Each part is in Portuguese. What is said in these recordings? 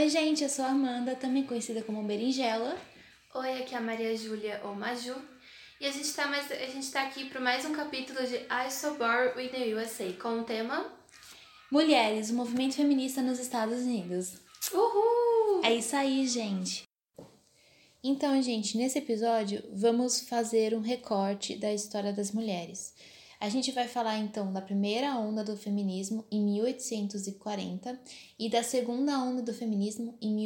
Oi, gente, eu sou a Amanda, também conhecida como Berinjela. Oi, aqui é a Maria Júlia, ou Maju. E a gente tá aqui para mais um capítulo de I So Born with the USA, com o tema... Mulheres, o movimento feminista nos Estados Unidos. Uhul! É isso aí, gente. Então, gente, nesse episódio, vamos fazer um recorte da história das mulheres. A gente vai falar, então, da primeira onda do feminismo em 1840 e da segunda onda do feminismo em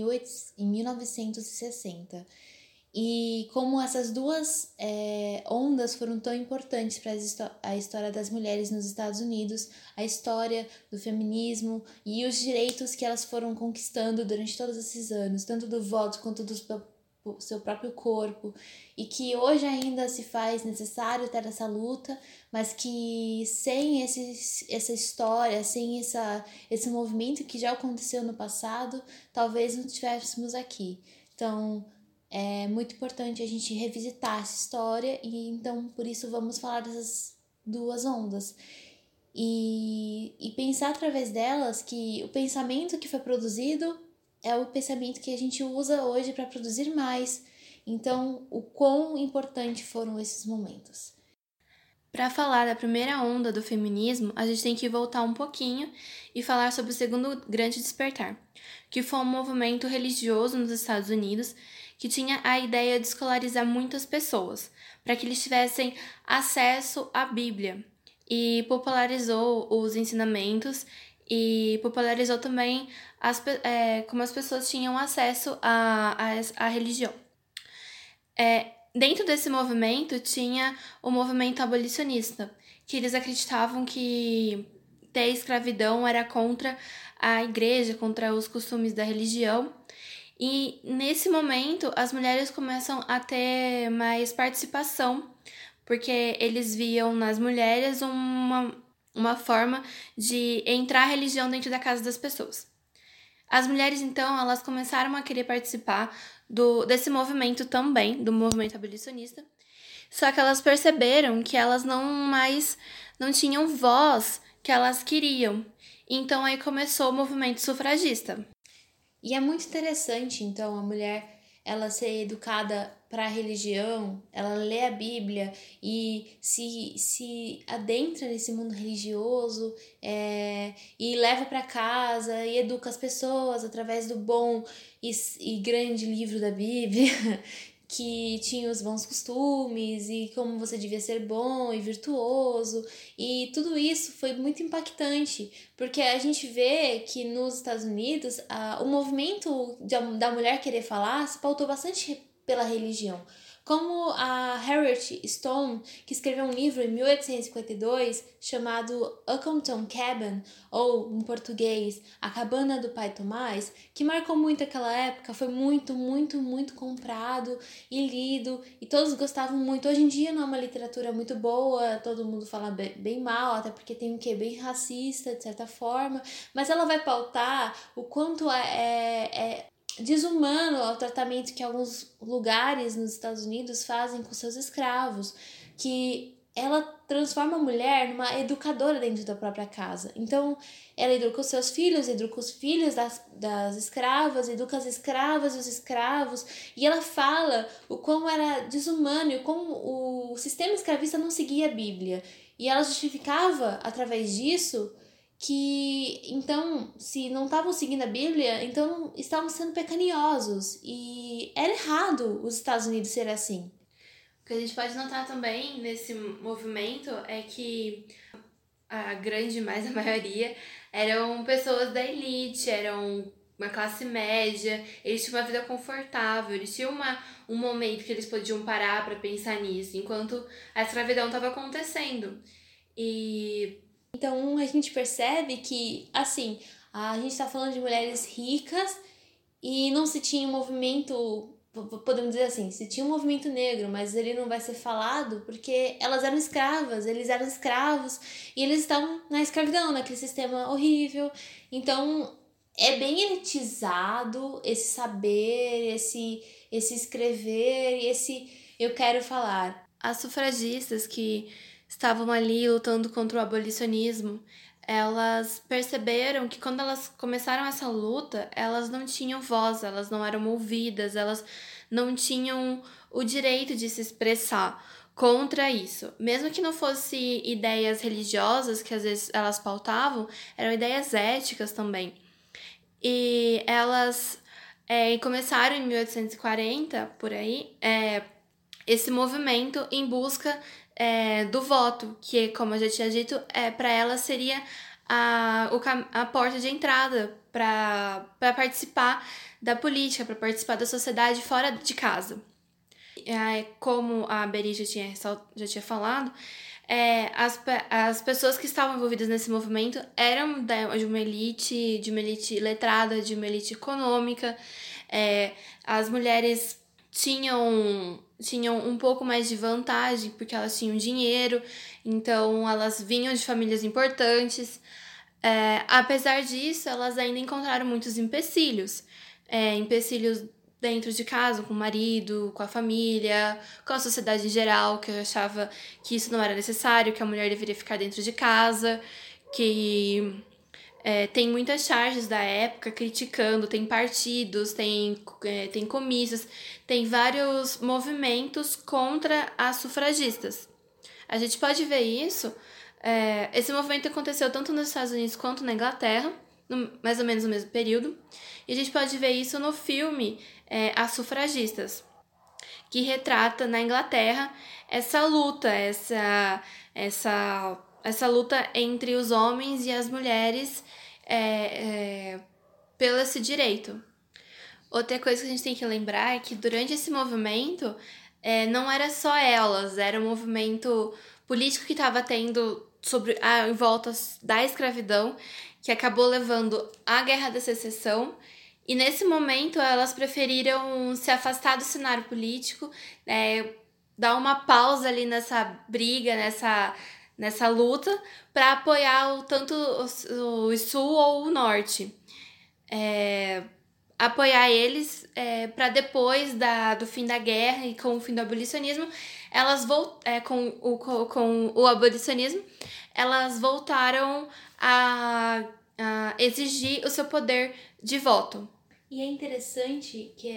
1960. E como essas duas ondas foram tão importantes para a história das mulheres nos Estados Unidos, a história do feminismo e os direitos que elas foram conquistando durante todos esses anos, tanto do voto quanto do seu próprio corpo, e que hoje ainda se faz necessário ter essa luta, mas que sem essa história, sem esse movimento que já aconteceu no passado, talvez não estivéssemos aqui. Então, é muito importante a gente revisitar essa história e então por isso vamos falar dessas duas ondas e pensar através delas que o pensamento que foi produzido é o pensamento que a gente usa hoje para produzir mais. Então, o quão importante foram esses momentos. Para falar da primeira onda do feminismo, a gente tem que voltar um pouquinho e falar sobre o segundo grande despertar, que foi um movimento religioso nos Estados Unidos que tinha a ideia de escolarizar muitas pessoas, para que eles tivessem acesso à Bíblia, e popularizou os ensinamentos e popularizou também como as pessoas tinham acesso à religião. Dentro desse movimento tinha o movimento abolicionista, que eles acreditavam que ter escravidão era contra a igreja, contra os costumes da religião. E nesse momento as mulheres começam a ter mais participação, porque eles viam nas mulheres uma forma de entrar a religião dentro da casa das pessoas. As mulheres, então, elas começaram a querer participar desse movimento também, do movimento abolicionista, só que elas perceberam que elas não tinham voz que elas queriam. Então aí começou o movimento sufragista. E é muito interessante, então, a mulher ela ser educada para a religião, ela lê a Bíblia e se adentra nesse mundo religioso e leva para casa e educa as pessoas através do bom e grande livro da Bíblia, que tinha os bons costumes e como você devia ser bom e virtuoso, e tudo isso foi muito impactante, porque a gente vê que nos Estados Unidos o movimento da mulher querer falar se pautou bastante pela religião. Como a Harriet Stone, que escreveu um livro em 1852 chamado Upton Cabin, ou em português, A Cabana do Pai Tomás, que marcou muito aquela época, foi muito, muito, muito comprado e lido, e todos gostavam muito. Hoje em dia não é uma literatura muito boa, todo mundo fala bem mal, até porque tem um quê bem racista, de certa forma, mas ela vai pautar o quanto é desumano ao tratamento que alguns lugares nos Estados Unidos fazem com seus escravos, que ela transforma a mulher numa educadora dentro da própria casa. Então, ela educa os seus filhos, educa os filhos das escravas, educa as escravas e os escravos, e ela fala o quão era desumano e o como o sistema escravista não seguia a Bíblia. E ela justificava, através disso, que então, se não estavam seguindo a Bíblia, então estavam sendo pecaniosos, e era errado os Estados Unidos ser assim. O que a gente pode notar também nesse movimento é que a maioria, eram pessoas da elite, eram uma classe média, eles tinham uma vida confortável, eles tinham um momento que eles podiam parar para pensar nisso, enquanto a escravidão estava acontecendo. Então a gente percebe que, assim, a gente está falando de mulheres ricas e não se tinha um movimento, podemos dizer assim, se tinha um movimento negro, mas ele não vai ser falado porque elas eram escravas, eles eram escravos e eles estavam na escravidão, naquele sistema horrível. Então é bem elitizado esse saber, esse escrever e esse eu quero falar. As sufragistas que estavam ali lutando contra o abolicionismo, elas perceberam que quando elas começaram essa luta, elas não tinham voz, elas não eram ouvidas, elas não tinham o direito de se expressar contra isso. Mesmo que não fosse ideias religiosas que às vezes elas pautavam, eram ideias éticas também. E elas começaram em 1840, por aí, esse movimento em busca do voto, que, como eu já tinha dito, para elas seria a porta de entrada para participar da política, para participar da sociedade fora de casa. Como a Beri já tinha falado, as pessoas que estavam envolvidas nesse movimento eram de uma elite letrada, de uma elite econômica. As mulheres tinham um pouco mais de vantagem porque elas tinham dinheiro, então elas vinham de famílias importantes. Apesar disso, elas ainda encontraram muitos empecilhos. Empecilhos dentro de casa, com o marido, com a família, com a sociedade em geral, que achava que isso não era necessário, que a mulher deveria ficar dentro de casa, que tem muitas charges da época criticando, tem partidos, tem comícios, tem vários movimentos contra as sufragistas. A gente pode ver isso, esse movimento aconteceu tanto nos Estados Unidos quanto na Inglaterra, mais ou menos no mesmo período, e a gente pode ver isso no filme As Sufragistas, que retrata na Inglaterra essa luta, essa luta entre os homens e as mulheres pelo esse direito. Outra coisa que a gente tem que lembrar é que durante esse movimento não era só elas, era um movimento político que estava tendo em volta da escravidão, que acabou levando à Guerra da Secessão. E nesse momento elas preferiram se afastar do cenário político, dar uma pausa ali nessa briga, nessa luta, para apoiar tanto o Sul ou o Norte. Apoiar eles para depois do fim da guerra e com o fim do abolicionismo, com o abolicionismo, elas voltaram a exigir o seu poder de voto. E é interessante que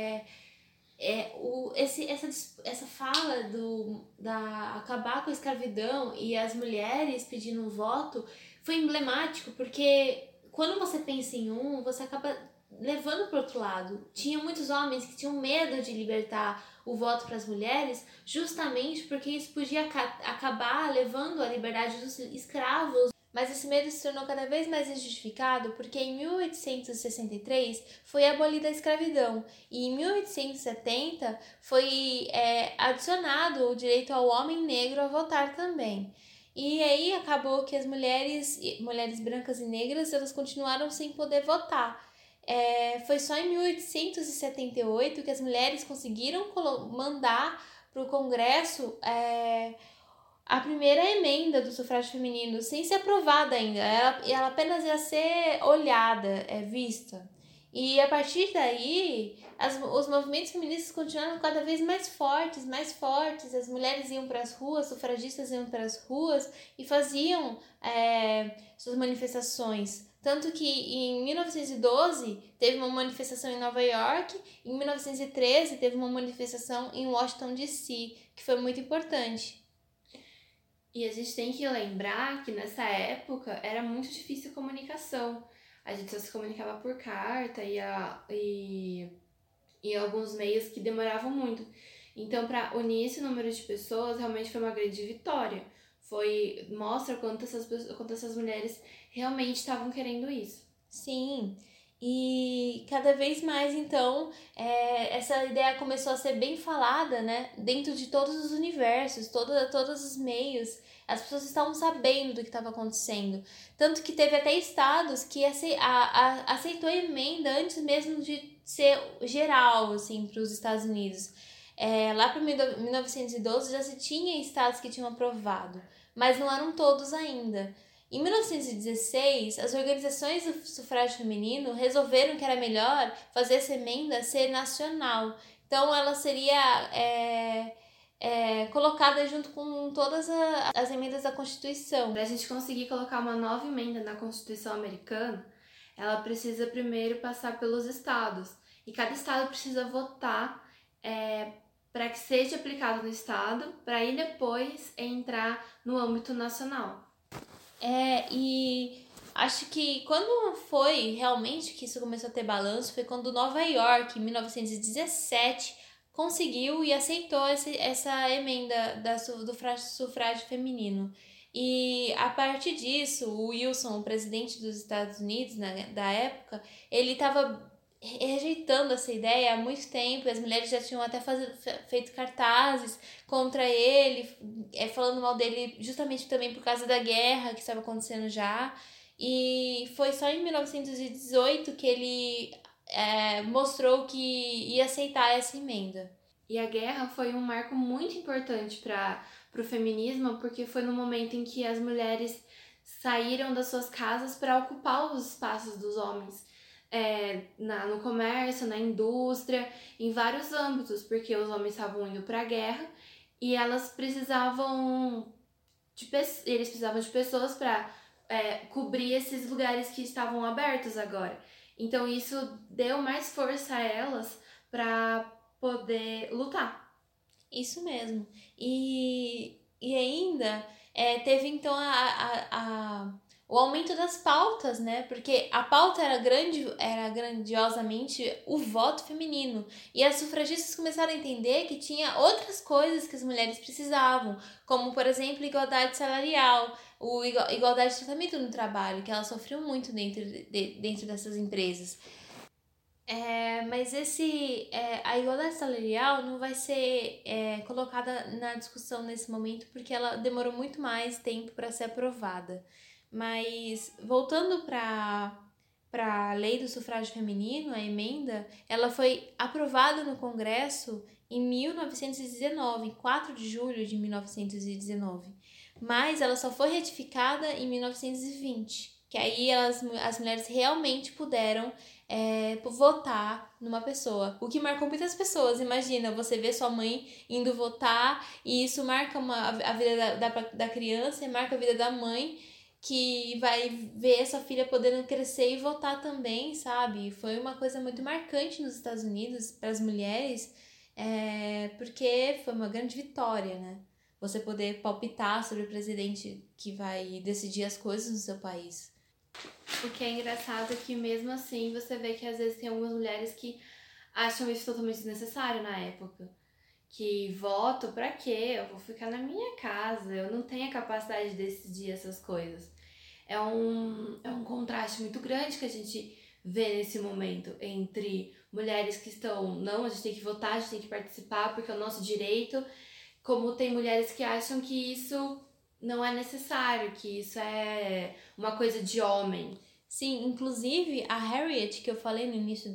essa fala da acabar com a escravidão e as mulheres pedindo voto foi emblemático, porque quando você pensa em você acaba levando para o outro lado. Tinha muitos homens que tinham medo de libertar o voto para as mulheres, justamente porque isso podia acabar levando a liberdade dos escravos. Mas esse medo se tornou cada vez mais injustificado porque em 1863 foi abolida a escravidão e em 1870 foi adicionado o direito ao homem negro a votar também. E aí acabou que as mulheres brancas e negras, elas continuaram sem poder votar. Foi só em 1878 que as mulheres conseguiram mandar para o Congresso a primeira emenda do sufrágio feminino, sem ser aprovada ainda. Ela apenas ia ser olhada, vista. E a partir daí, os movimentos feministas continuaram cada vez mais fortes. As mulheres iam para as ruas, sufragistas iam para as ruas e faziam suas manifestações. Tanto que em 1912 teve uma manifestação em Nova York, em 1913 teve uma manifestação em Washington, D.C., que foi muito importante. E a gente tem que lembrar que nessa época era muito difícil a comunicação. A gente só se comunicava por carta e alguns meios que demoravam muito. Então, para unir esse número de pessoas, realmente foi uma grande vitória. Mostra quanto essas mulheres realmente estavam querendo isso. Sim, e cada vez mais, então, essa ideia começou a ser bem falada, né? Dentro de todos os universos, todos os meios. As pessoas estavam sabendo do que estava acontecendo. Tanto que teve até estados que aceitou a emenda antes mesmo de ser geral, assim, para os Estados Unidos. Lá para 1912 já se tinha estados que tinham aprovado, mas não eram todos ainda. Em 1916, as organizações do sufrágio feminino resolveram que era melhor fazer essa emenda ser nacional. Então, ela seria colocada junto com todas as emendas da Constituição. Para a gente conseguir colocar uma nova emenda na Constituição americana, ela precisa primeiro passar pelos estados. E cada estado precisa votar para que seja aplicado no estado, para aí depois entrar no âmbito nacional. E acho que quando foi realmente que isso começou a ter balanço foi quando Nova York, em 1917, conseguiu e aceitou essa emenda do sufrágio feminino. E a partir disso, o Wilson, o presidente dos Estados Unidos da época, ele estava rejeitando essa ideia há muito tempo. As mulheres já tinham até feito cartazes contra ele, falando mal dele justamente também por causa da guerra que estava acontecendo já. E foi só em 1918 que ele mostrou que ia aceitar essa emenda. E a guerra foi um marco muito importante para o feminismo, porque foi no momento em que as mulheres saíram das suas casas para ocupar os espaços dos homens. No comércio, na indústria, em vários âmbitos, porque os homens estavam indo para a guerra e eles precisavam de pessoas para cobrir esses lugares que estavam abertos agora. Então isso deu mais força a elas para poder lutar. Isso mesmo. E ainda teve então o aumento das pautas, né? Porque a pauta era grandiosamente o voto feminino. E as sufragistas começaram a entender que tinha outras coisas que as mulheres precisavam, como, por exemplo, igualdade salarial, igualdade de tratamento no trabalho, que elas sofriam muito dentro dessas empresas. Mas a igualdade salarial não vai ser colocada na discussão nesse momento, porque ela demorou muito mais tempo para ser aprovada. Mas, voltando para a lei do sufrágio feminino, a emenda, ela foi aprovada no Congresso em 1919, em 4 de julho de 1919. Mas ela só foi retificada em 1920, que aí as mulheres realmente puderam votar numa pessoa. O que marcou muitas pessoas. Imagina, você ver sua mãe indo votar e isso marca a vida da criança e marca a vida da mãe, que vai ver sua filha podendo crescer e votar também, sabe? Foi uma coisa muito marcante nos Estados Unidos para as mulheres, porque foi uma grande vitória, né? Você poder palpitar sobre o presidente que vai decidir as coisas no seu país. O que é engraçado é que mesmo assim você vê que às vezes tem algumas mulheres que acham isso totalmente desnecessário na época. Que voto pra quê? Eu vou ficar na minha casa, eu não tenho a capacidade de decidir essas coisas. É um contraste muito grande que a gente vê nesse momento entre mulheres que estão, não, a gente tem que votar, a gente tem que participar porque é o nosso direito, como tem mulheres que acham que isso não é necessário, que isso é uma coisa de homem. Sim, inclusive a Harriet, que eu falei no início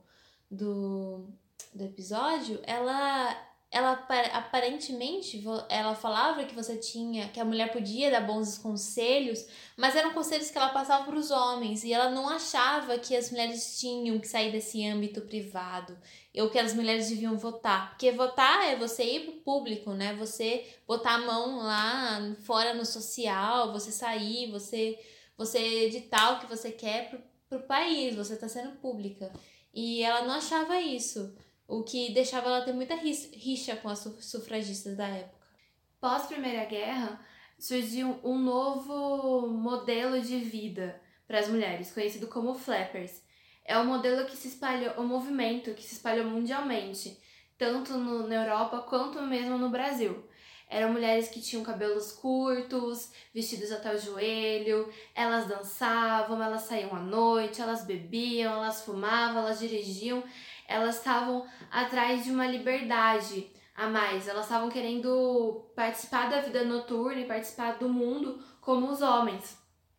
do episódio, ela aparentemente ela falava que a mulher podia dar bons conselhos, mas eram conselhos que ela passava para os homens e ela não achava que as mulheres tinham que sair desse âmbito privado ou que as mulheres deviam votar, porque votar é você ir pro público, né? Você botar a mão lá fora no social, você sair, você editar o que você quer pro país, você tá sendo pública. E ela não achava isso, o que deixava ela ter muita rixa com as sufragistas da época. Pós Primeira Guerra, surgiu um novo modelo de vida para as mulheres, conhecido como flappers. É um modelo que se espalhou, um movimento que se espalhou mundialmente, tanto na Europa quanto mesmo no Brasil. Eram mulheres que tinham cabelos curtos, vestidos até o joelho, elas dançavam, elas saíam à noite, elas bebiam, elas fumavam, elas dirigiam. Elas estavam atrás de uma liberdade a mais, elas estavam querendo participar da vida noturna e participar do mundo como os homens.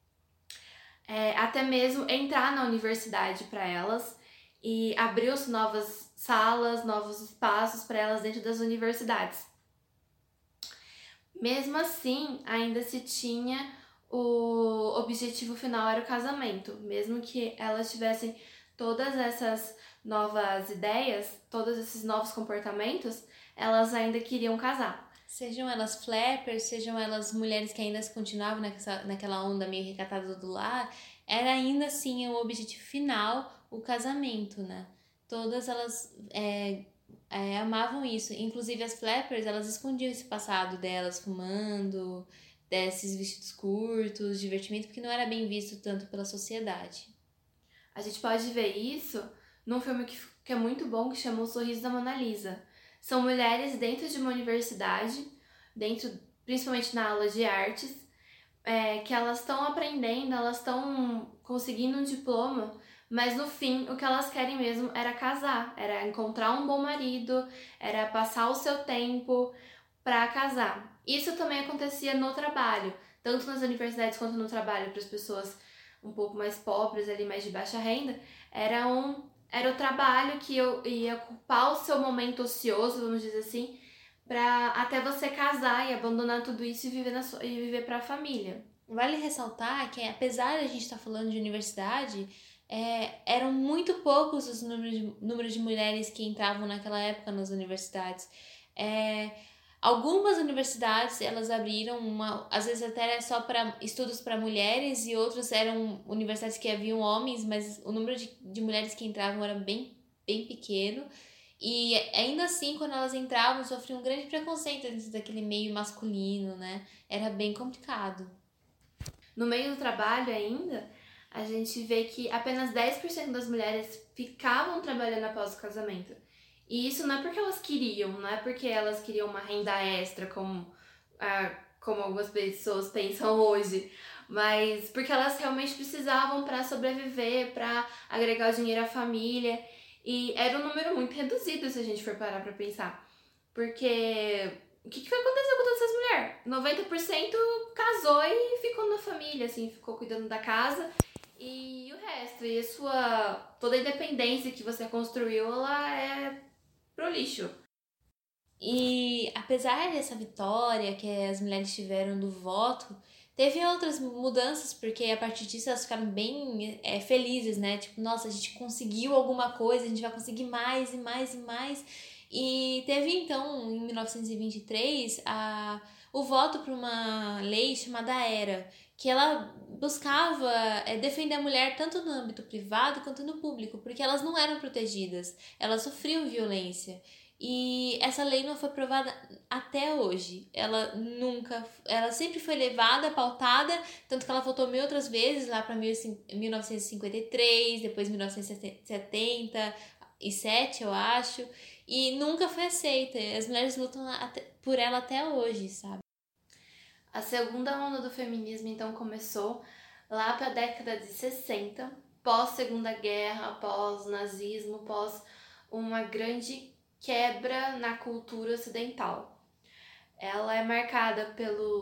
Até mesmo entrar na universidade para elas e abriu-se novas salas, novos espaços para elas dentro das universidades. Mesmo assim, ainda se tinha o objetivo final era o casamento, mesmo que elas tivessem todas essas novas ideias, todos esses novos comportamentos, elas ainda queriam casar. Sejam elas flappers, sejam elas mulheres que ainda continuavam naquela onda meio recatada do lar, era ainda assim o objetivo final, o casamento, né? Todas elas amavam isso. Inclusive as flappers, elas escondiam esse passado delas, fumando, desses vestidos curtos, divertimento, porque não era bem visto tanto pela sociedade. A gente pode ver isso num filme que é muito bom, que chama O Sorriso da Mona Lisa. São mulheres dentro de uma universidade, principalmente na aula de artes, que elas estão aprendendo, elas estão conseguindo um diploma, mas no fim o que elas querem mesmo era casar, era encontrar um bom marido, era passar o seu tempo para casar. Isso também acontecia no trabalho, tanto nas universidades quanto no trabalho para as pessoas um pouco mais pobres, ali mais de baixa renda, era o trabalho que eu ia ocupar o seu momento ocioso, vamos dizer assim, para até você casar e abandonar tudo isso e viver para a família. Vale ressaltar que, apesar de a gente estar falando de universidade, eram muito poucos os números de mulheres que entravam naquela época nas universidades. Algumas universidades, elas abriram às vezes até era só para estudos para mulheres, e outras eram universidades que haviam homens, mas o número de mulheres que entravam era bem, bem pequeno. E ainda assim, quando elas entravam, sofriam um grande preconceito dentro daquele meio masculino, né? Era bem complicado. No meio do trabalho ainda, a gente vê que apenas 10% das mulheres ficavam trabalhando após o casamento. E isso não é porque elas queriam, não é porque elas queriam uma renda extra, como algumas pessoas pensam hoje, mas porque elas realmente precisavam para sobreviver, para agregar dinheiro à família. E era um número muito reduzido se a gente for parar para pensar. Porque o que vai acontecer com todas essas mulheres? 90% casou e ficou na família, assim, ficou cuidando da casa. E o resto, toda a independência que você construiu, ela é pro lixo. E apesar dessa vitória que as mulheres tiveram do voto, teve outras mudanças, porque a partir disso elas ficaram bem felizes, né? Tipo, nossa, a gente conseguiu alguma coisa, a gente vai conseguir mais e mais e mais. E teve então, em 1923, o voto para uma lei chamada ERA, que ela buscava defender a mulher tanto no âmbito privado quanto no público, porque elas não eram protegidas, elas sofriam violência. E essa lei não foi aprovada até hoje. Ela sempre foi levada, pautada, tanto que ela voltou mil outras vezes, lá para 1953, depois 1977, eu acho, e nunca foi aceita. As mulheres lutam por ela até hoje, sabe? A segunda onda do feminismo, então, começou lá para a década de 60, pós-Segunda Guerra, pós-nazismo, pós uma grande quebra na cultura ocidental. Ela é marcada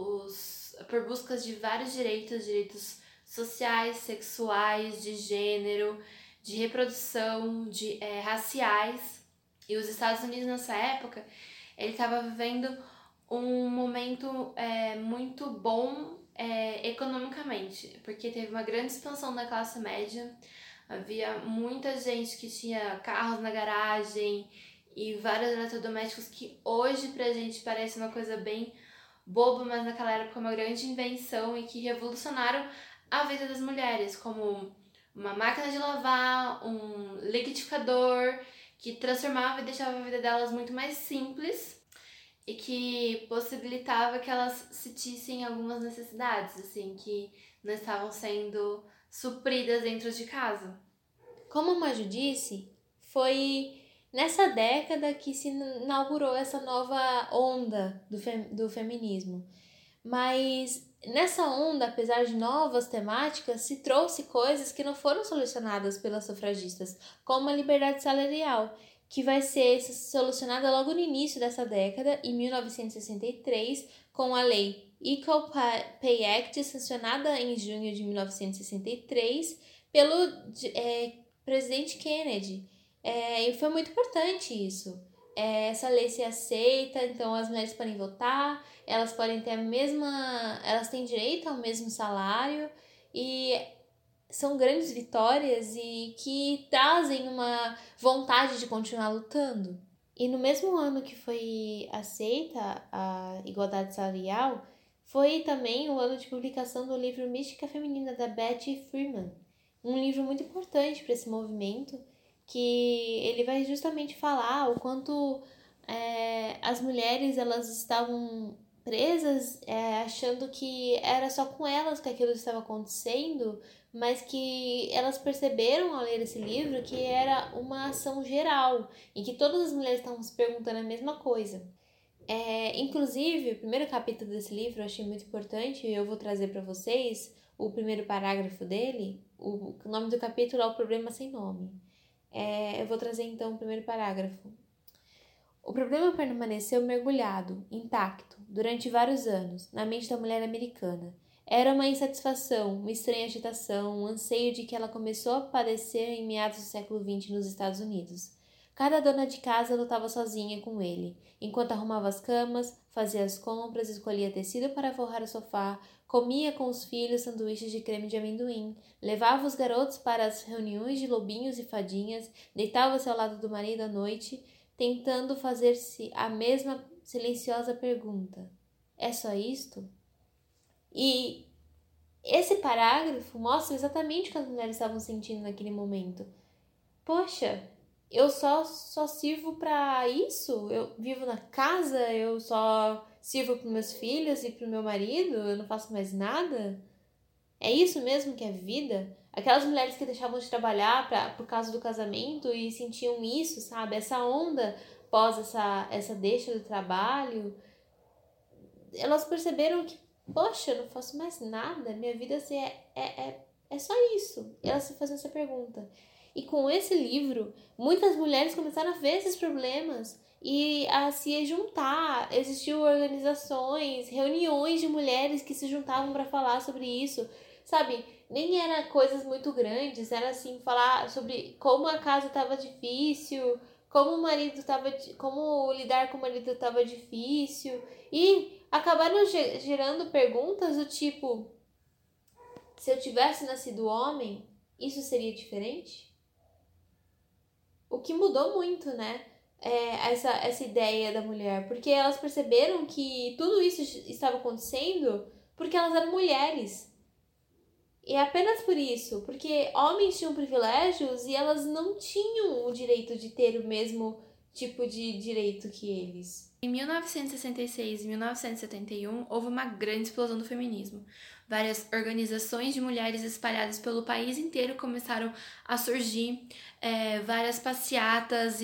por buscas de vários direitos sociais, sexuais, de gênero, de reprodução, raciais. E os Estados Unidos, nessa época, ele estava vivendo um momento muito bom economicamente, porque teve uma grande expansão da classe média, havia muita gente que tinha carros na garagem e vários eletrodomésticos que hoje pra gente parece uma coisa bem boba, mas naquela época foi uma grande invenção e que revolucionaram a vida das mulheres, como uma máquina de lavar, um liquidificador, que transformava e deixava a vida delas muito mais simples e que possibilitava que elas sentissem algumas necessidades, assim, que não estavam sendo supridas dentro de casa. Como a Maju disse, foi nessa década que se inaugurou essa nova onda do feminismo. Mas nessa onda, apesar de novas temáticas, se trouxe coisas que não foram solucionadas pelas sufragistas, como a liberdade salarial, que vai ser solucionada logo no início dessa década, em 1963, com a lei Equal Pay Act, sancionada em junho de 1963 pelo presidente Kennedy. E foi muito importante isso. Essa lei se aceita, então as mulheres podem votar, elas podem ter elas têm direito ao mesmo salário, e são grandes vitórias e que trazem uma vontade de continuar lutando. E no mesmo ano que foi aceita a igualdade salarial, foi também o ano de publicação do livro Mística Feminina da Betty Freeman, um livro muito importante para esse movimento, que ele vai justamente falar o quanto as mulheres elas estavam presas, achando que era só com elas que aquilo estava acontecendo, mas que elas perceberam ao ler esse livro que era uma ação geral, em que todas as mulheres estavam se perguntando a mesma coisa. Inclusive, o primeiro capítulo desse livro eu achei muito importante e eu vou trazer para vocês o primeiro parágrafo dele. O nome do capítulo é O Problema Sem Nome. Eu vou trazer então o primeiro parágrafo. O problema permaneceu mergulhado, intacto, durante vários anos, na mente da mulher americana. Era uma insatisfação, uma estranha agitação, um anseio de que ela começou a padecer em meados do século XX nos Estados Unidos. Cada dona de casa lutava sozinha com ele, enquanto arrumava as camas, fazia as compras, escolhia tecido para forrar o sofá, comia com os filhos sanduíches de creme de amendoim, levava os garotos para as reuniões de lobinhos e fadinhas, deitava-se ao lado do marido à noite, tentando fazer-se a mesma silenciosa pergunta: é só isto? E esse parágrafo mostra exatamente o que as mulheres estavam sentindo naquele momento. Poxa, eu só sirvo para isso? Eu vivo na casa, eu só sirvo para meus filhos e para o meu marido, eu não faço mais nada? É isso mesmo que é vida? Aquelas mulheres que deixavam de trabalhar por causa do casamento e sentiam isso, sabe? Essa onda pós essa deixa do trabalho. Elas perceberam que, poxa, eu não faço mais nada, minha vida assim, é só isso. E elas se fazem essa pergunta. E com esse livro, muitas mulheres começaram a ver esses problemas e a se juntar. Existiam organizações, reuniões de mulheres que se juntavam para falar sobre isso, sabe? Nem era coisas muito grandes, era assim, falar sobre como a casa estava difícil, como o marido estava, como lidar com o marido estava difícil, e acabaram gerando perguntas do tipo: se eu tivesse nascido homem, isso seria diferente? O que mudou muito, né? Essa ideia da mulher, porque elas perceberam que tudo isso estava acontecendo porque elas eram mulheres. E é apenas por isso, porque homens tinham privilégios e elas não tinham o direito de ter o mesmo tipo de direito que eles. Em 1966 e 1971, houve uma grande explosão do feminismo. Várias organizações de mulheres espalhadas pelo país inteiro começaram a surgir, várias passeatas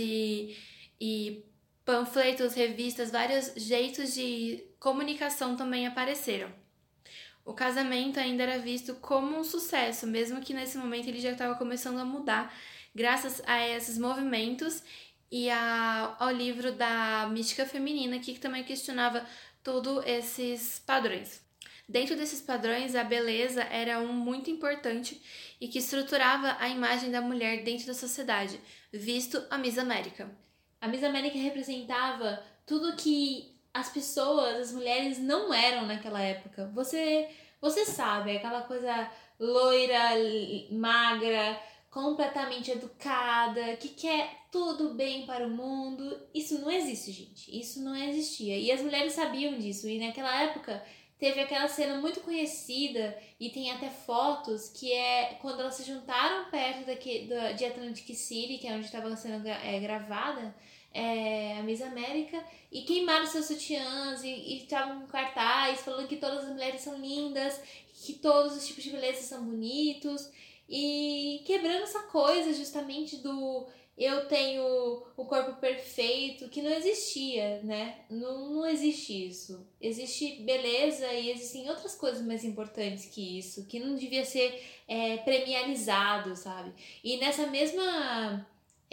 e panfletos, revistas, vários jeitos de comunicação também apareceram. O casamento ainda era visto como um sucesso, mesmo que nesse momento ele já estava começando a mudar, graças a esses movimentos e ao livro da Mística Feminina, que também questionava todos esses padrões. Dentro desses padrões, a beleza era um muito importante e que estruturava a imagem da mulher dentro da sociedade, visto a Miss América. A Miss América representava tudo que as pessoas, as mulheres não eram naquela época. Você sabe, aquela coisa loira, magra, completamente educada, que quer tudo bem para o mundo. Isso não existe, gente. Isso não existia. E as mulheres sabiam disso. E naquela época teve aquela cena muito conhecida e tem até fotos que é quando elas se juntaram perto de Atlantic City, que é onde estava sendo gravada a Miss América, e queimaram seus sutiãs e estavam com cartaz falando que todas as mulheres são lindas, que todos os tipos de beleza são bonitos, e quebrando essa coisa justamente do eu tenho o corpo perfeito, que não existia, né? Não existe isso. Existe beleza e existem outras coisas mais importantes que isso, que não devia ser premializado, sabe? E nessa mesma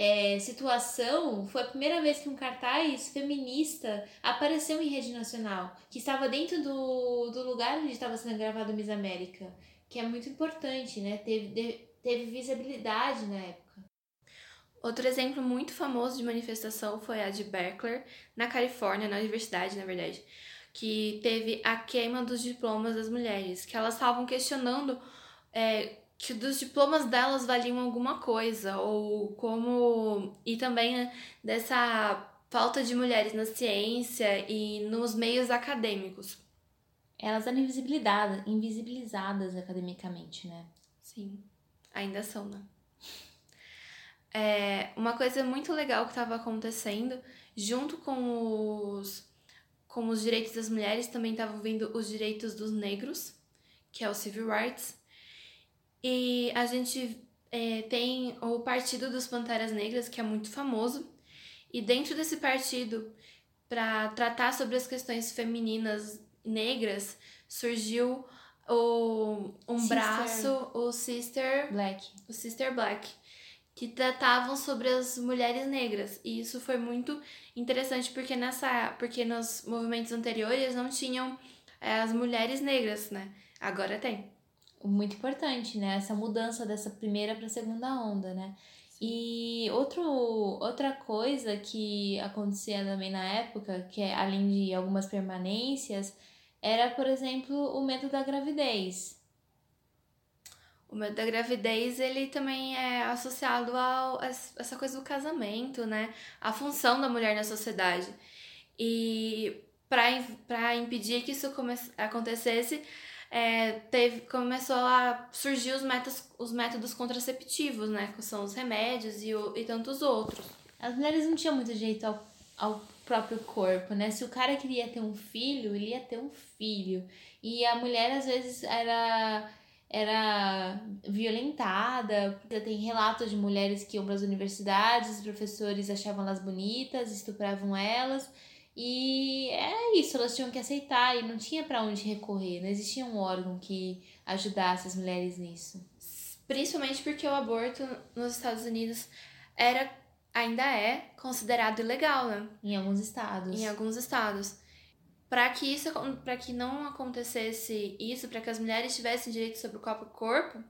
situação, foi a primeira vez que um cartaz feminista apareceu em rede nacional, que estava dentro do lugar onde estava sendo gravado Miss América, que é muito importante, né? Teve visibilidade na época. Outro exemplo muito famoso de manifestação foi a de Berkeley, na Califórnia, na universidade, na verdade, que teve a queima dos diplomas das mulheres, que elas estavam questionando que dos diplomas delas valiam alguma coisa, ou como... E também, né, dessa falta de mulheres na ciência e nos meios acadêmicos. Elas eram invisibilizadas academicamente, né? Sim, ainda são, né? Uma coisa muito legal que estava acontecendo, junto com os direitos das mulheres, também estavam vindo os direitos dos negros, que é o Civil Rights. E a gente tem o Partido dos Panteras Negras, que é muito famoso. E dentro desse partido, para tratar sobre as questões femininas negras, surgiu braço, o Sister Black, que tratavam sobre as mulheres negras. E isso foi muito interessante porque nos movimentos anteriores não tinham as mulheres negras, né? Agora tem. Muito importante, né? Essa mudança dessa primeira para a segunda onda, né? E outra coisa que acontecia também na época, que é além de algumas permanências, era, por exemplo, o medo da gravidez. O medo da gravidez, ele também é associado a essa coisa do casamento, né? A função da mulher na sociedade. E para impedir que isso acontecesse, começou a surgir os métodos contraceptivos, né? Que são os remédios e tantos outros. As mulheres não tinham muito jeito ao próprio corpo, né? Se o cara queria ter um filho, ele ia ter um filho. E a mulher, às vezes, era violentada. Tem relatos de mulheres que iam para as universidades, os professores achavam elas bonitas, estupravam elas. E é isso, elas tinham que aceitar e não tinha para onde recorrer, não existia um órgão que ajudasse as mulheres nisso. Principalmente porque o aborto nos Estados Unidos ainda é considerado ilegal, né? Em alguns estados. Para que não acontecesse isso, para que as mulheres tivessem direito sobre o próprio corpo,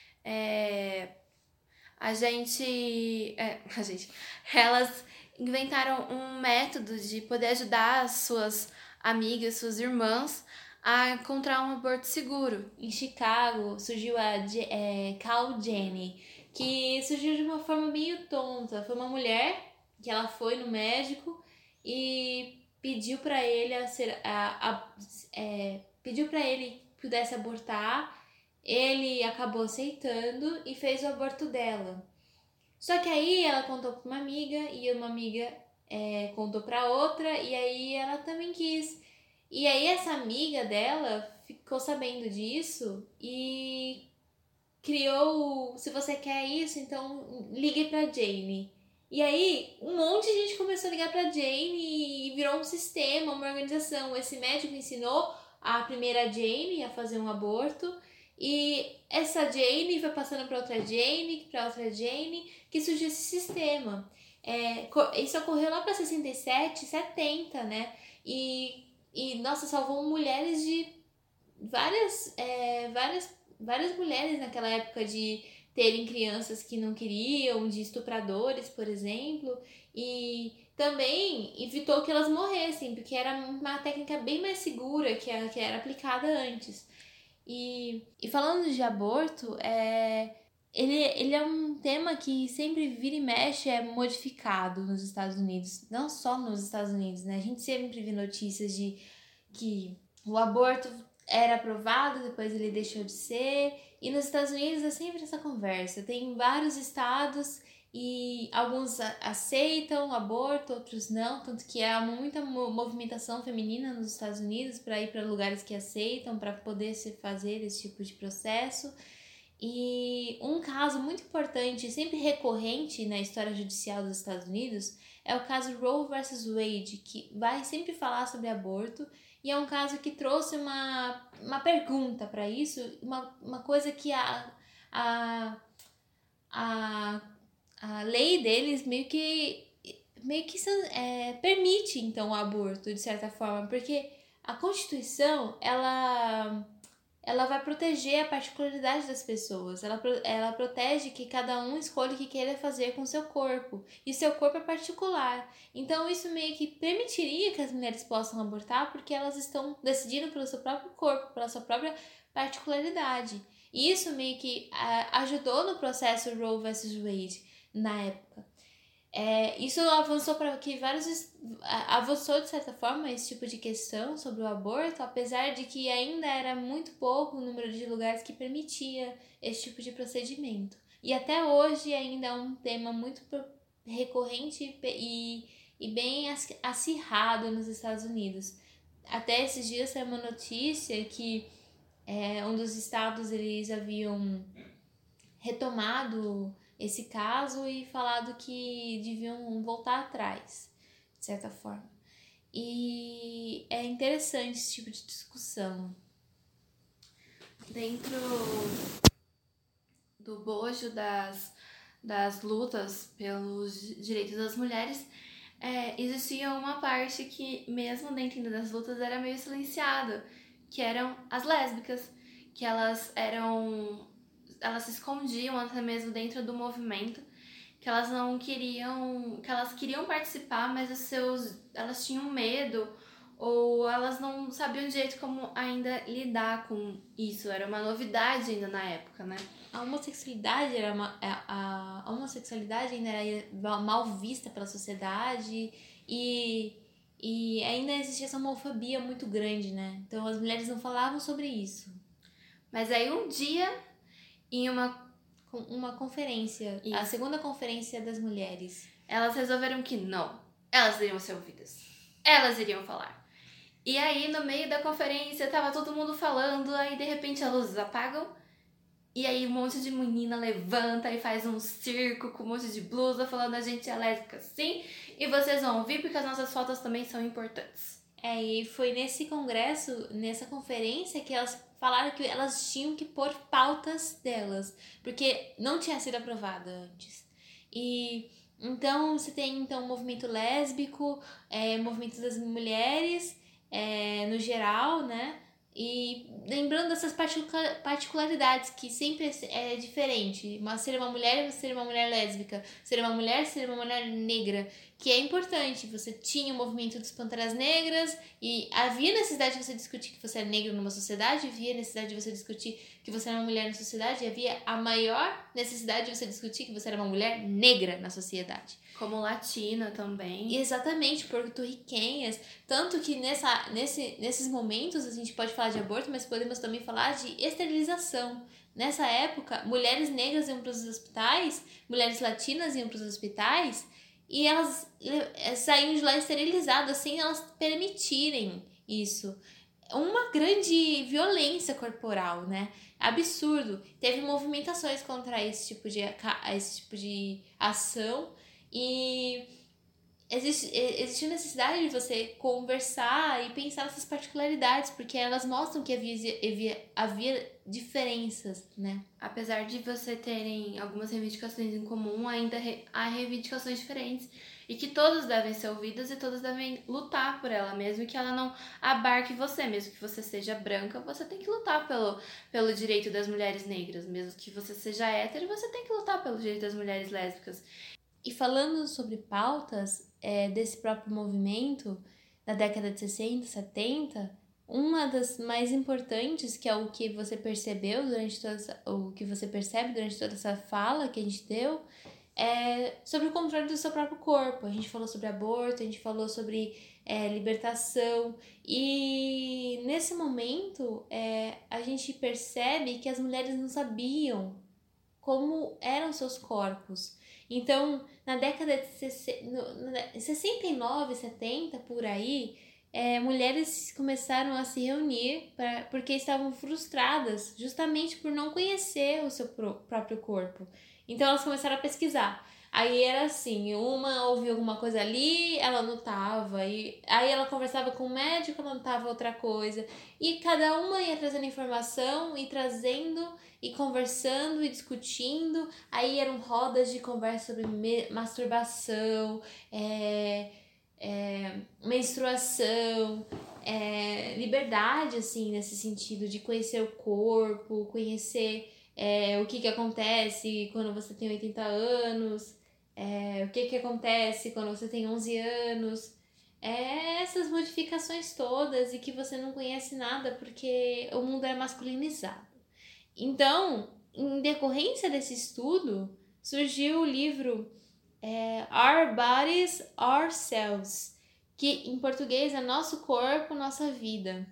elas inventaram um método de poder ajudar as suas amigas, suas irmãs a encontrar um aborto seguro. Em Chicago surgiu a Call Jenny, que surgiu de uma forma meio tonta. Foi uma mulher que ela foi no médico e pediu para ele pediu para ele que pudesse abortar. Ele acabou aceitando e fez o aborto dela. Só que aí ela contou para uma amiga e uma amiga contou para outra e aí ela também quis. E aí essa amiga dela ficou sabendo disso e criou, se você quer isso, então ligue pra Jane. E aí um monte de gente começou a ligar pra Jane e virou um sistema, uma organização. Esse médico ensinou a primeira Jane a fazer um aborto e essa Jane foi passando para outra Jane, que surgiu esse sistema. Isso ocorreu lá para 67, 70, né? E nossa, salvou mulheres de várias mulheres naquela época de terem crianças que não queriam, de estupradores, por exemplo, e também evitou que elas morressem, porque era uma técnica bem mais segura que era aplicada antes. E falando de aborto, ele é um tema que sempre vira e mexe, é modificado nos Estados Unidos. Não só nos Estados Unidos, né? A gente sempre vê notícias de que o aborto era aprovado, depois ele deixou de ser. E nos Estados Unidos é sempre essa conversa. Tem vários estados e alguns aceitam o aborto, outros não. Tanto que há muita movimentação feminina nos Estados Unidos para ir para lugares que aceitam, para poder se fazer esse tipo de processo. E um caso muito importante, sempre recorrente na história judicial dos Estados Unidos, é o caso Roe vs. Wade, que vai sempre falar sobre aborto, e é um caso que trouxe uma pergunta para isso, uma coisa que a lei deles meio que permite, então, o aborto, de certa forma, porque a Constituição, ela vai proteger a particularidade das pessoas. Ela protege que cada um escolha o que queira fazer com o seu corpo. E seu corpo é particular. Então, isso meio que permitiria que as mulheres possam abortar porque elas estão decidindo pelo seu próprio corpo, pela sua própria particularidade. E isso meio que ajudou no processo Roe vs. Wade na época. Isso avançou para que avançou de certa forma esse tipo de questão sobre o aborto, apesar de que ainda era muito pouco o número de lugares que permitia esse tipo de procedimento. E até hoje ainda é um tema muito recorrente e bem acirrado nos Estados Unidos. Até esses dias saiu uma notícia que um dos estados eles haviam retomado esse caso e falado que deviam voltar atrás, de certa forma. E é interessante esse tipo de discussão. Dentro do bojo das lutas pelos direitos das mulheres, existia uma parte que, mesmo dentro das lutas, era meio silenciada, que eram as lésbicas, que elas se escondiam até mesmo dentro do movimento, que elas não queriam, que elas queriam participar, mas elas tinham medo ou elas não sabiam direito como ainda lidar com isso. Era uma novidade ainda na época, né? A homossexualidade a homossexualidade ainda era mal vista pela sociedade e ainda existia essa homofobia muito grande, né? Então as mulheres não falavam sobre isso. Mas aí um dia, em uma conferência, a segunda conferência das mulheres, elas resolveram que não, elas iriam ser ouvidas, elas iriam falar. E aí, no meio da conferência, tava todo mundo falando, aí de repente as luzes apagam, e aí um monte de menina levanta e faz um circo com um monte de blusa falando a gente é lésbica sim, e vocês vão ouvir porque as nossas fotos também são importantes. E foi nesse congresso, nessa conferência, que elas falaram que elas tinham que pôr pautas delas, porque não tinha sido aprovada antes. E então você tem então o movimento lésbico, movimento das mulheres, no geral, né? E lembrando dessas particularidades que sempre é diferente. Ser uma mulher, ser uma mulher lésbica, ser uma mulher negra, que é importante. Você tinha o movimento dos Panteras Negras e havia necessidade de você discutir que você é negro numa sociedade, havia necessidade de você discutir que você era uma mulher na sociedade, e havia a maior necessidade de você discutir que você era uma mulher negra na sociedade. Como latina também. Exatamente, porto-riquenhas. Tanto que nesses momentos a gente pode falar de aborto, mas podemos também falar de esterilização. Nessa época, mulheres negras iam para os hospitais, mulheres latinas iam para os hospitais e elas saíam de lá esterilizadas sem elas permitirem isso. Uma grande violência corporal, né? Absurdo. Teve movimentações contra esse tipo de ação e existe necessidade de você conversar e pensar nessas particularidades, porque elas mostram que havia diferenças, né? Apesar de você terem algumas reivindicações em comum, ainda há reivindicações diferentes e que todas devem ser ouvidas e todas devem lutar por ela, mesmo que ela não abarque você, mesmo que você seja branca, você tem que lutar pelo direito das mulheres negras, mesmo que você seja hétero, você tem que lutar pelo direito das mulheres lésbicas. E falando sobre pautas desse próprio movimento, da década de 60, 70, uma das mais importantes, que é o que você percebeu o que você percebe durante toda essa fala que a gente deu, é sobre o controle do seu próprio corpo. A gente falou sobre aborto, a gente falou sobre libertação, e nesse momento a gente percebe que as mulheres não sabiam como eram seus corpos. Então, na década de 69, 70, por aí, mulheres começaram a se reunir porque estavam frustradas, justamente por não conhecer o seu próprio corpo. Então, elas começaram a pesquisar. Aí era assim, uma ouvia alguma coisa ali, ela anotava, e aí ela conversava com o médico, ela anotava outra coisa, e cada uma ia trazendo informação e trazendo e conversando e discutindo. Aí eram rodas de conversa sobre masturbação, menstruação, liberdade, assim, nesse sentido de conhecer o corpo, conhecer o que acontece quando você tem 80 anos, o que acontece quando você tem 11 anos. Essas modificações todas e que você não conhece nada porque o mundo é masculinizado. Então, em decorrência desse estudo, surgiu o livro Our Bodies, Ourselves, que em português é Nosso Corpo, Nossa Vida.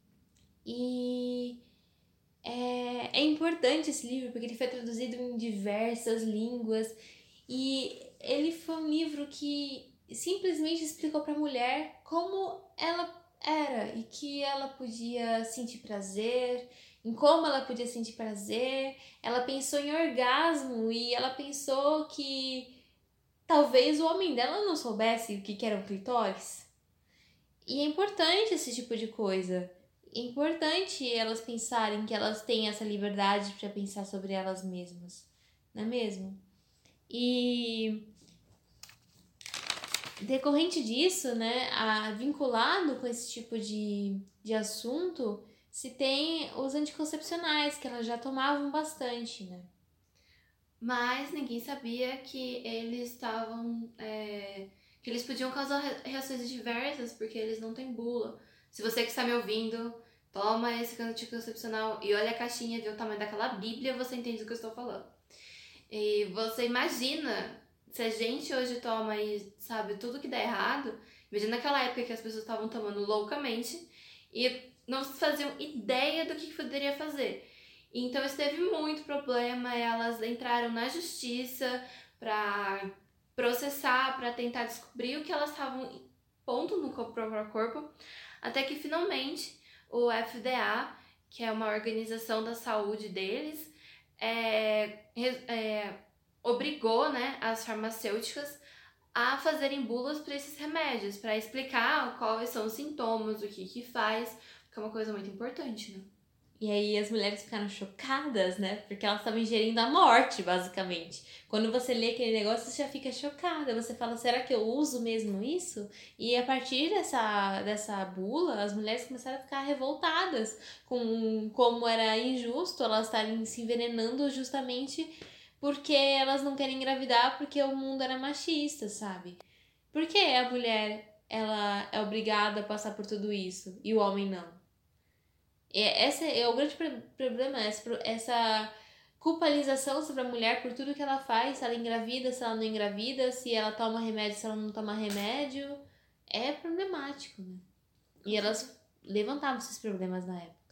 E é importante esse livro porque ele foi traduzido em diversas línguas e ele foi um livro que simplesmente explicou para a mulher como ela era e que ela podia sentir prazer, em como ela podia sentir prazer. Ela pensou em orgasmo e ela pensou que talvez o homem dela não soubesse o que era um clitóris. E é importante esse tipo de coisa. É importante elas pensarem que elas têm essa liberdade para pensar sobre elas mesmas, não é mesmo? E decorrente disso, né, vinculado com esse tipo de assunto, se tem os anticoncepcionais, que elas já tomavam bastante, né? Mas ninguém sabia que eles estavam. Que eles podiam causar reações diversas, porque eles não têm bula. Se você que está me ouvindo, toma esse anticoncepcional e olha a caixinha, vê o tamanho daquela bíblia, você entende do que eu estou falando. E você imagina, se a gente hoje toma e sabe tudo que dá errado, imagina aquela época que as pessoas estavam tomando loucamente e não faziam ideia do que poderia fazer. Então isso teve muito problema, elas entraram na justiça para processar, para tentar descobrir o que elas estavam pondo no próprio corpo, até que finalmente o FDA, que é uma organização da saúde deles, obrigou, né, as farmacêuticas a fazerem bulas para esses remédios, para explicar quais são os sintomas, o que faz, que é uma coisa muito importante, né? E aí as mulheres ficaram chocadas, né? Porque elas estavam ingerindo a morte, basicamente. Quando você lê aquele negócio, você já fica chocada. Você fala, será que eu uso mesmo isso? E a partir dessa bula, as mulheres começaram a ficar revoltadas com como era injusto elas estarem se envenenando justamente porque elas não querem engravidar porque o mundo era machista, sabe? Por que a mulher, ela é obrigada a passar por tudo isso e o homem não? Esse é o grande problema, essa culpabilização sobre a mulher por tudo que ela faz, se ela engravida, se ela não engravida, se ela toma remédio, se ela não toma remédio. É problemático, né? E elas levantavam esses problemas na época.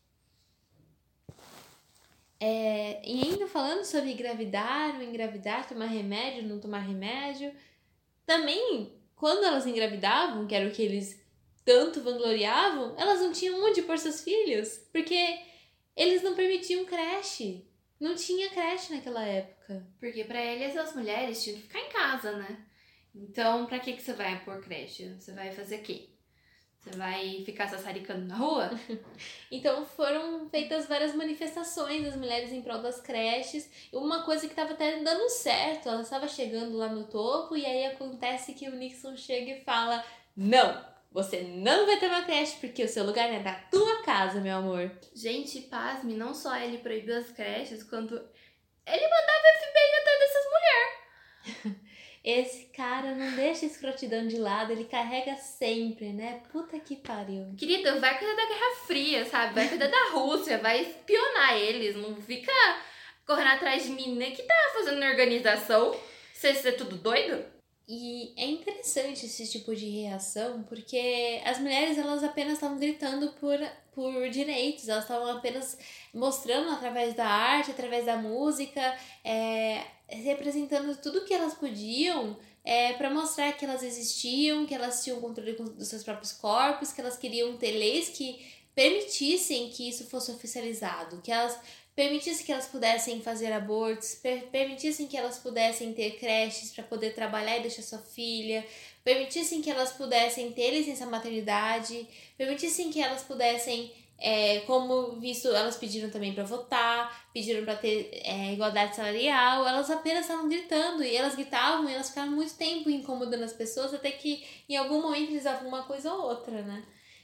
E ainda falando sobre engravidar, não engravidar, tomar remédio, não tomar remédio. Também, quando elas engravidavam, que era o que eles tanto vangloriavam, elas não tinham onde pôr seus filhos, porque eles não permitiam creche. Não tinha creche naquela época. Porque para eles as mulheres tinham que ficar em casa, né? Então, pra que você vai pôr creche? Você vai fazer o quê? Você vai ficar sassaricando na rua? Então foram feitas várias manifestações das mulheres em prol das creches. Uma coisa que estava até dando certo, ela estava chegando lá no topo e aí acontece que o Nixon chega e fala: "Não, você não vai ter uma creche porque o seu lugar é na tua casa, meu amor." Gente, pasme, não só ele proibiu as creches, quanto ele mandava o FBI atrás dessas mulheres. Esse cara não deixa a escrotidão de lado, ele carrega sempre, né? Puta que pariu. Querido, vai cuidar da Guerra Fria, sabe? Vai cuidar da Rússia, vai espionar eles, não fica correndo atrás de mim, né? Que tá fazendo na organização? Você é tudo doido? E é interessante esse tipo de reação, porque as mulheres, elas apenas estavam gritando por direitos, elas estavam apenas mostrando através da arte, através da música, representando tudo que elas podiam para mostrar que elas existiam, que elas tinham controle dos seus próprios corpos, que elas queriam ter leis que permitissem que isso fosse oficializado, que elas permitissem que elas pudessem fazer abortos, permitissem que elas pudessem ter creches para poder trabalhar e deixar sua filha, permitissem que elas pudessem ter licença maternidade, permitissem que elas pudessem, como visto, elas pediram também para votar, pediram para ter igualdade salarial, elas apenas estavam gritando e elas gritavam e elas ficaram muito tempo incomodando as pessoas até que em algum momento eles davam uma coisa ou outra, né?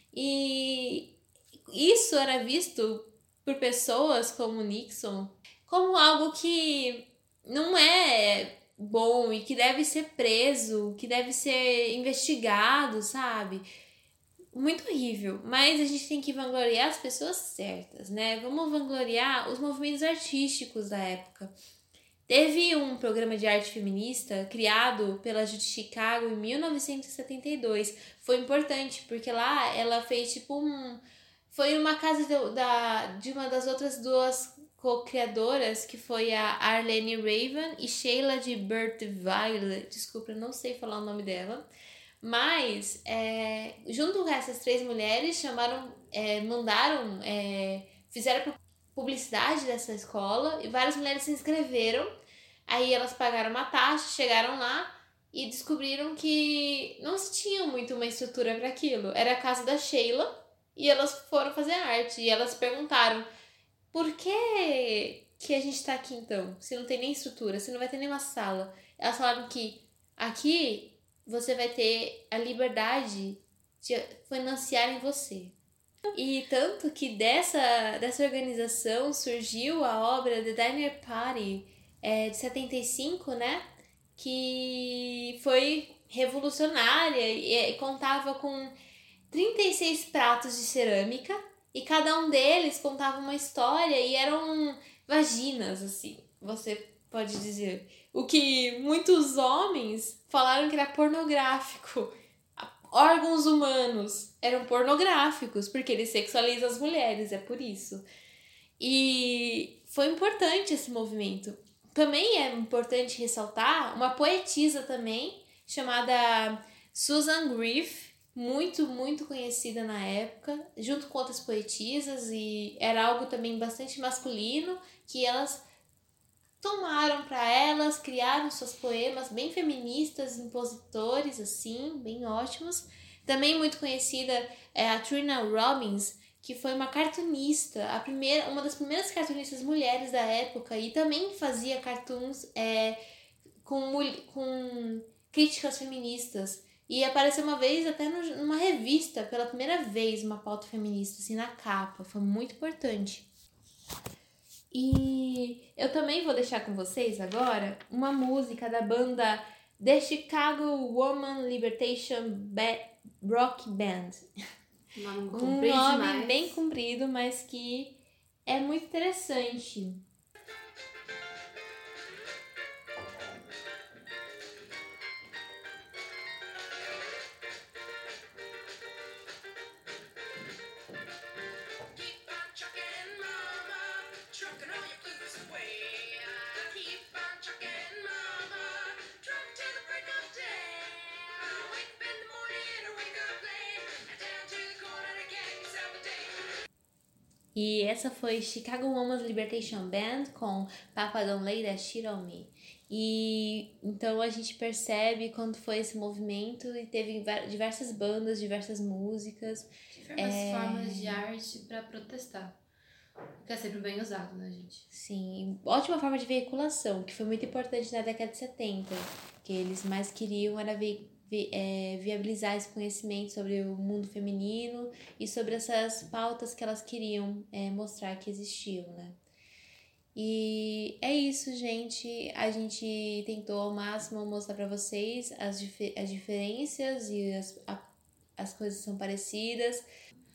E isso era visto por pessoas como Nixon como algo que não é bom e que deve ser preso, que deve ser investigado, sabe? Muito horrível, mas a gente tem que vangloriar as pessoas certas, né? Vamos vangloriar os movimentos artísticos da época. Teve um programa de arte feminista criado pela Judy Chicago em 1972. Foi importante, porque lá ela fez tipo um... Foi uma casa de uma das outras duas co-criadoras, que foi a Arlene Raven e Sheila de Bertweiler. Desculpa, eu não sei falar o nome dela. Mas, junto com essas três mulheres, fizeram publicidade dessa escola e várias mulheres se inscreveram. Aí elas pagaram uma taxa, chegaram lá e descobriram que não se tinha muito uma estrutura para aquilo. Era a casa da Sheila e elas foram fazer arte. E elas perguntaram: por que a gente tá aqui então? Se não tem nem estrutura, se não vai ter nenhuma sala. Elas falaram que aqui você vai ter a liberdade de financiar em você. E tanto que dessa organização surgiu a obra The Dinner Party, de 75, né? Que foi revolucionária e contava com 36 pratos de cerâmica e cada um deles contava uma história e eram vaginas, assim, você pode dizer. O que muitos homens falaram que era pornográfico. Órgãos humanos eram pornográficos, porque ele sexualiza as mulheres, é por isso. E foi importante esse movimento. Também é importante ressaltar uma poetisa também, chamada Susan Grief, muito, muito conhecida na época, junto com outras poetisas, e era algo também bastante masculino, que elas tomaram para elas, criaram seus poemas bem feministas, impositores, assim, bem ótimos. Também muito conhecida é a Trina Robbins, que foi uma cartunista, uma das primeiras cartunistas mulheres da época, e também fazia cartoons com críticas feministas. E apareceu uma vez até numa revista, pela primeira vez, uma pauta feminista, assim, na capa. Foi muito importante. E eu também vou deixar com vocês agora uma música da banda The Chicago Woman Liberation Rock Band. Um nome demais. Bem comprido, mas que é muito interessante. E essa foi Chicago Women's Libertation Band com Papa Don't Lay That Shit On Me. E então a gente percebe quando foi esse movimento e teve diversas bandas, diversas músicas. Diversas formas de arte para protestar. Que é sempre bem usado, né, gente? Sim, ótima forma de veiculação, que foi muito importante na década de 70. Que eles mais queriam era viabilizar esse conhecimento sobre o mundo feminino e sobre essas pautas que elas queriam mostrar que existiam, né? E é isso, gente. A gente tentou ao máximo mostrar para vocês as diferenças e as coisas são parecidas.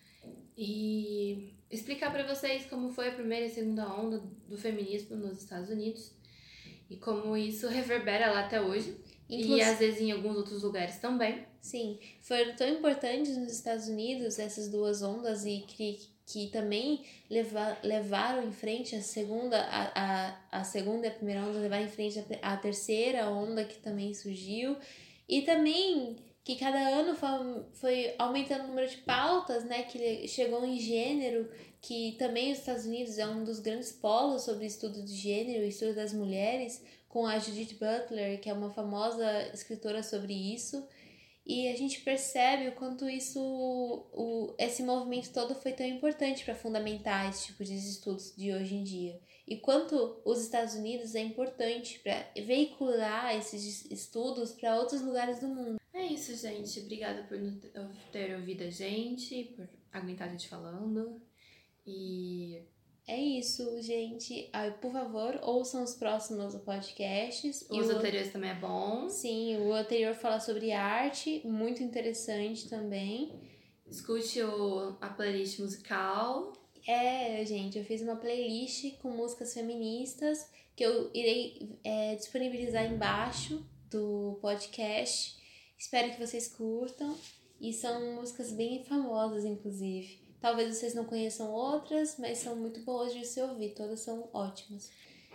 E explicar para vocês como foi a primeira e segunda onda do feminismo nos Estados Unidos e como isso reverbera lá até hoje. E às vezes em alguns outros lugares também. Sim, foram tão importantes nos Estados Unidos essas duas ondas e que também levaram em frente a segunda e a primeira onda, levaram em frente a terceira onda que também surgiu. E também que cada ano foi aumentando o número de pautas, né, que chegou em gênero, que também os Estados Unidos é um dos grandes polos sobre estudo de gênero e estudo das mulheres, com a Judith Butler, que é uma famosa escritora sobre isso. E a gente percebe o quanto esse movimento todo foi tão importante para fundamentar esse tipo de estudos de hoje em dia. E quanto os Estados Unidos é importante para veicular esses estudos para outros lugares do mundo. É isso, gente. Obrigada por ter ouvido a gente, por aguentar a gente falando. E é isso, gente. Por favor, ouçam os próximos podcasts. Os anteriores também é bom. Sim, o anterior fala sobre arte, muito interessante também. Escute a playlist musical. Gente, eu fiz uma playlist com músicas feministas que eu irei disponibilizar embaixo do podcast. Espero que vocês curtam. E são músicas bem famosas, inclusive. Talvez vocês não conheçam outras, mas são muito boas de se ouvir. Todas são ótimas.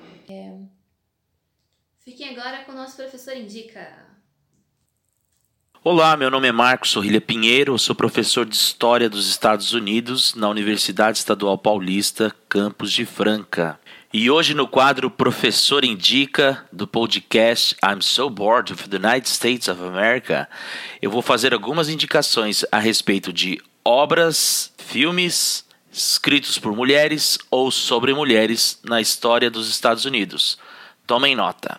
Fiquem agora com o nosso professor Indica. Olá, meu nome é Marcos Sorrilha Pinheiro, eu sou professor de História dos Estados Unidos na Universidade Estadual Paulista, campus de Franca. E hoje no quadro Professor Indica, do podcast I'm So Bored of the United States of America, eu vou fazer algumas indicações a respeito de obras, filmes, escritos por mulheres ou sobre mulheres na história dos Estados Unidos. Tomem nota.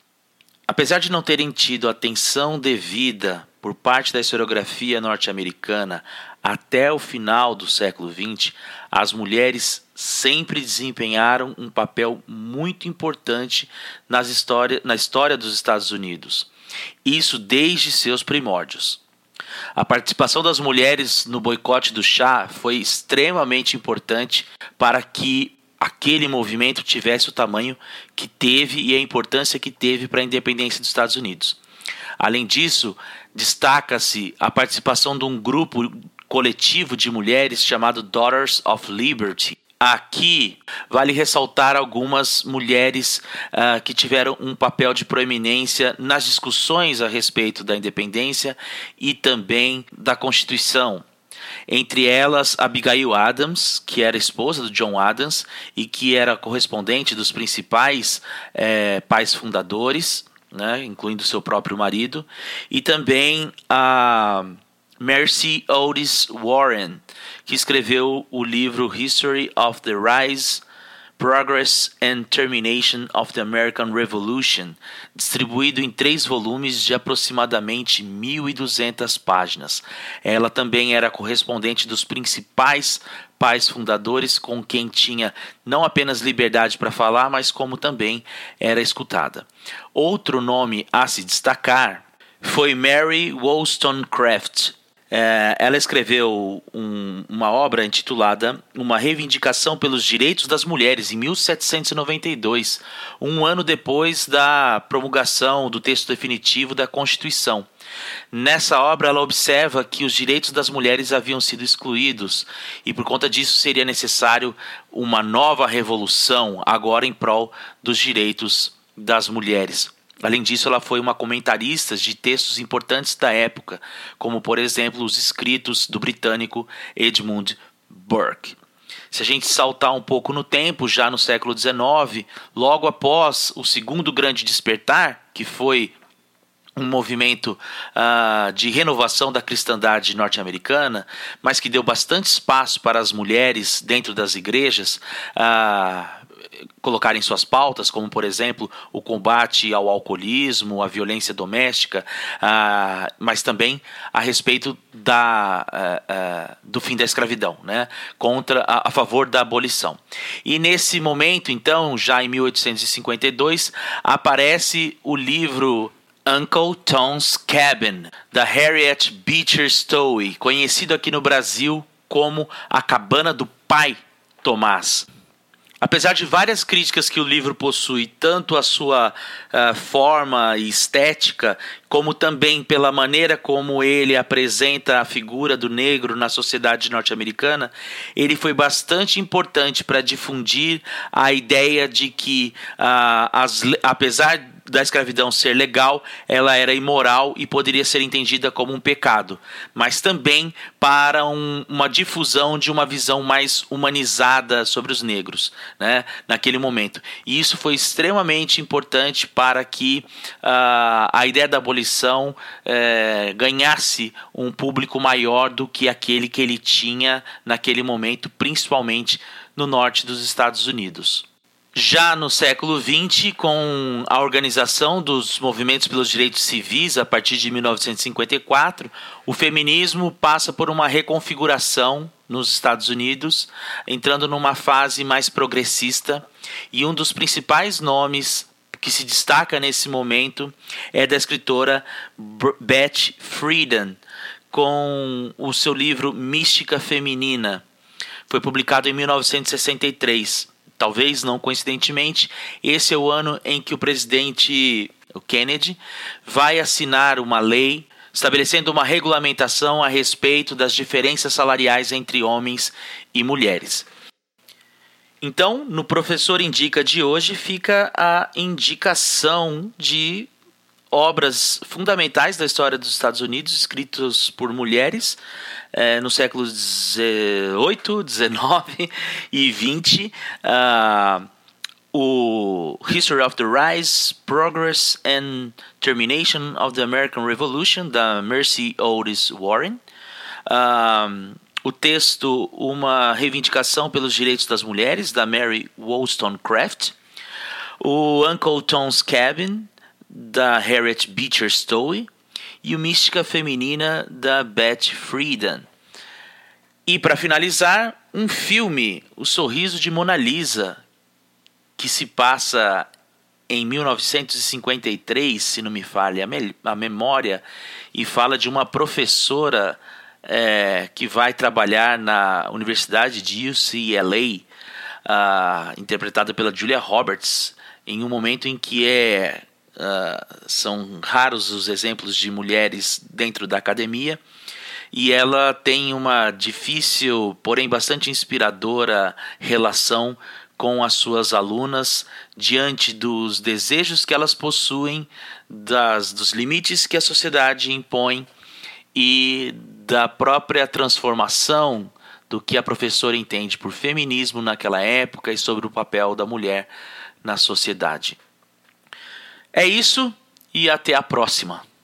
Apesar de não terem tido atenção devida por parte da historiografia norte-americana até o final do século XX, as mulheres sempre desempenharam um papel muito importante na história dos Estados Unidos. Isso desde seus primórdios. A participação das mulheres no boicote do chá foi extremamente importante para que aquele movimento tivesse o tamanho que teve e a importância que teve para a independência dos Estados Unidos. Além disso, destaca-se a participação de um grupo coletivo de mulheres chamado Daughters of Liberty. Aqui vale ressaltar algumas mulheres que tiveram um papel de proeminência nas discussões a respeito da independência e também da Constituição. Entre elas, Abigail Adams, que era esposa do John Adams e que era correspondente dos principais pais fundadores, né, incluindo seu próprio marido, e também a Mercy Otis Warren, que escreveu o livro History of the Rise, Progress and Termination of the American Revolution, distribuído em 3 volumes de aproximadamente 1.200 páginas. Ela também era correspondente dos principais pais fundadores, com quem tinha não apenas liberdade para falar, mas como também era escutada. Outro nome a se destacar foi Mary Wollstonecraft. Ela escreveu uma obra intitulada Uma Reivindicação pelos Direitos das Mulheres, em 1792, um ano depois da promulgação do texto definitivo da Constituição. Nessa obra, ela observa que os direitos das mulheres haviam sido excluídos e, por conta disso, seria necessário uma nova revolução, agora em prol dos direitos das mulheres. Além disso, ela foi uma comentarista de textos importantes da época, como, por exemplo, os escritos do britânico Edmund Burke. Se a gente saltar um pouco no tempo, já no século XIX, logo após o segundo grande despertar, que foi um movimento de renovação da cristandade norte-americana, mas que deu bastante espaço para as mulheres dentro das igrejas colocarem suas pautas, como, por exemplo, o combate ao alcoolismo, à violência doméstica, mas também a respeito do fim da escravidão, né? A favor da abolição. E nesse momento, então, já em 1852, aparece o livro Uncle Tom's Cabin, da Harriet Beecher Stowe, conhecido aqui no Brasil como A Cabana do Pai Tomás. Apesar de várias críticas que o livro possui, tanto a sua forma e estética, como também pela maneira como ele apresenta a figura do negro na sociedade norte-americana, ele foi bastante importante para difundir a ideia de que, apesar da escravidão ser legal, ela era imoral e poderia ser entendida como um pecado, mas também para uma difusão de uma visão mais humanizada sobre os negros, né, naquele momento. E isso foi extremamente importante para que a ideia da abolição ganhasse um público maior do que aquele que ele tinha naquele momento, principalmente no norte dos Estados Unidos. Já no século XX, com a organização dos movimentos pelos direitos civis, a partir de 1954, o feminismo passa por uma reconfiguração nos Estados Unidos, entrando numa fase mais progressista, e um dos principais nomes que se destaca nesse momento é da escritora Beth Friedan, com o seu livro Mística Feminina. Foi publicado em 1963. talvez não coincidentemente, esse é o ano em que o presidente o Kennedy vai assinar uma lei estabelecendo uma regulamentação a respeito das diferenças salariais entre homens e mulheres. Então, no Professor Indica de hoje fica a indicação de obras fundamentais da história dos Estados Unidos, escritas por mulheres nos séculos XVIII, XIX e XX. O History of the Rise, Progress and Termination of the American Revolution, da Mercy Otis Warren. O texto, Uma Reivindicação pelos Direitos das Mulheres, da Mary Wollstonecraft. O Uncle Tom's Cabin, da Harriet Beecher Stowe. E o Mística Feminina, da Beth Friedan. E, para finalizar, um filme, O Sorriso de Mona Lisa, que se passa em 1953, se não me falha a memória, e fala de uma professora que vai trabalhar na Universidade de UCLA, interpretada pela Julia Roberts, em um momento em que são raros os exemplos de mulheres dentro da academia, e ela tem uma difícil, porém bastante inspiradora relação com as suas alunas diante dos desejos que elas possuem, dos limites que a sociedade impõe e da própria transformação do que a professora entende por feminismo naquela época e sobre o papel da mulher na sociedade. É isso e até a próxima.